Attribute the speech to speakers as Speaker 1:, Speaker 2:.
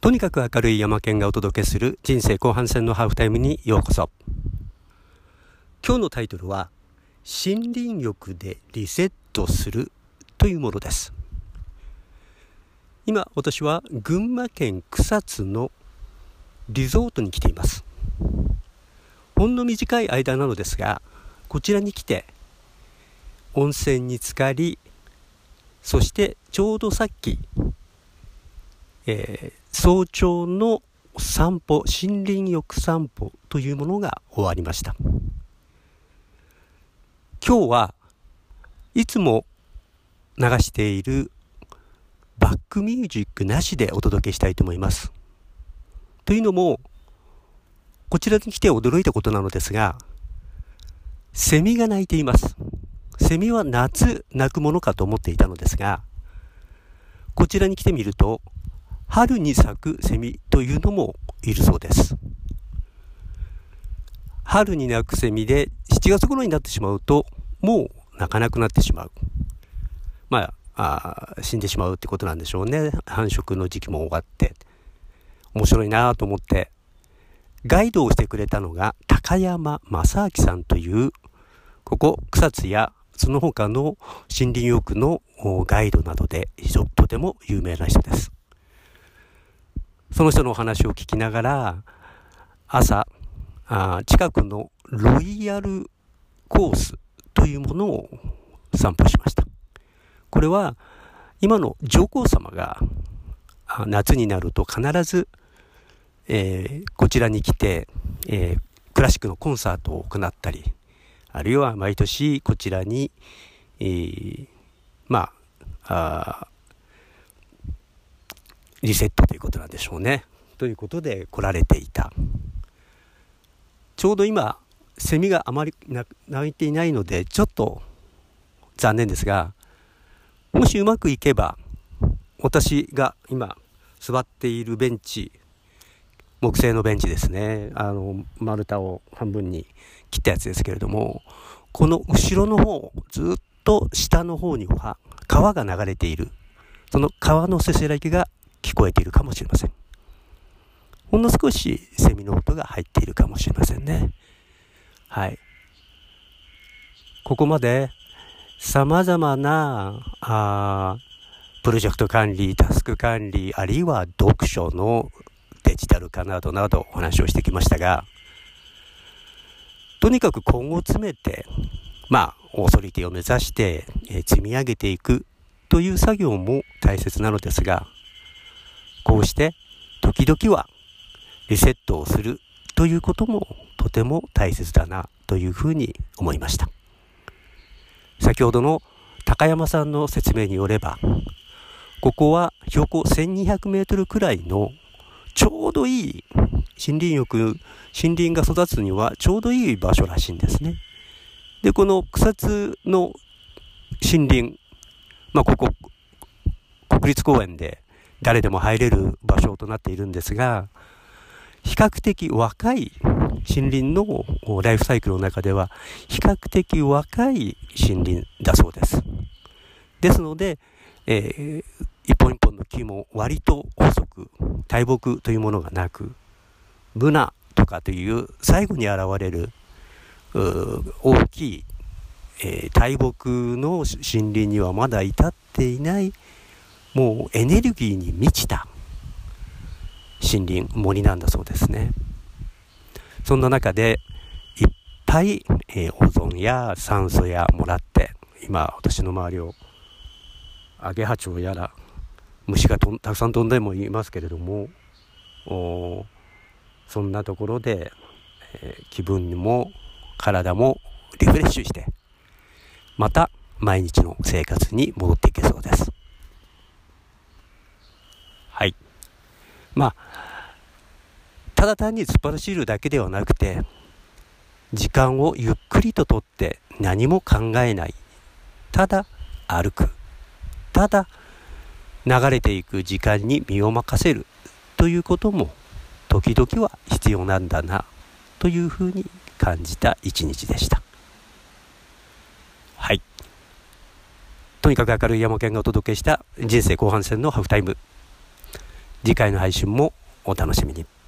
Speaker 1: とにかく明るい山県がお届けする人生後半戦のハーフタイムにようこそ。今日のタイトルは森林浴でリセットするというものです。今私は群馬県草津のリゾートに来ています。ほんの短い間なのですが、こちらに来て温泉に浸かり、そしてちょうどさっき、早朝の散歩、森林浴散歩というものが終わりました。今日はいつも流しているバックミュージックなしでお届けしたいと思います。というのも、こちらに来て驚いたことなのですが、セミが鳴いています。セミは夏鳴くものかと思っていたのですが、こちらに来てみると春に咲くセミというのもいるそうです。春に鳴くセミで7月頃になってしまうともう鳴かなくなってしまう。死んでしまうってことなんでしょうね。繁殖の時期も終わって面白いなと思ってガイドをしてくれたのが高山正明さんというここ草津やその他の森林浴のガイドなどでとても有名な人です。その人のお話を聞きながら朝近くのロイヤルコースというものを散歩しました。これは今の上皇様が夏になると必ず、こちらに来て、クラシックのコンサートを行ったり、あるいは毎年こちらに、リセットということなんでしょうね。ということで来られていた。ちょうど今セミがあまり鳴いていないのでちょっと残念ですが、もしうまくいけば私が今座っているベンチ、木製のベンチですね、丸太を半分に切ったやつですけれども、この後ろの方ずっと下の方には川が流れている。その川のせせらぎが聞こえているかもしれません。ほんの少しセミの音が入っているかもしれませんね。はい。ここまで様々なプロジェクト管理、タスク管理、あるいは読書のデジタル化などなどお話をしてきましたが、とにかく根を詰めて、オーソリティを目指して、積み上げていくという作業も大切なのですが、こうして時々はリセットをするということもとても大切だなというふうに思いました。先ほどの高山さんの説明によれば、ここは標高1200メートルくらいのちょうどいい森林が育つにはちょうどいい場所らしいんですね。で、この草津の森林、ここ国立公園で誰でも入れる場所となっているんですが、比較的若い森林のライフサイクルの中では比較的若い森林だそうです。ですので、一本一本の木も割と細く、大木というものがなく、ブナとかという最後に現れる大きい、大木の森林にはまだ至っていない、もうエネルギーに満ちた森林、森なんだそうですね。そんな中でいっぱい、オゾンや酸素やもらって、今私の周りをアゲハチョウやら虫がたくさん飛んでもいますけれども、そんなところで、気分も体もリフレッシュしてまた毎日の生活に戻っていけそうです。はい。ただ単に突っ走るだけではなくて、時間をゆっくりととって何も考えない、ただ歩く、ただ流れていく時間に身を任せるということも時々は必要なんだなというふうに感じた一日でした。はい。とにかく明るい山県がお届けした人生後半戦のハーフタイム。次回の配信もお楽しみに。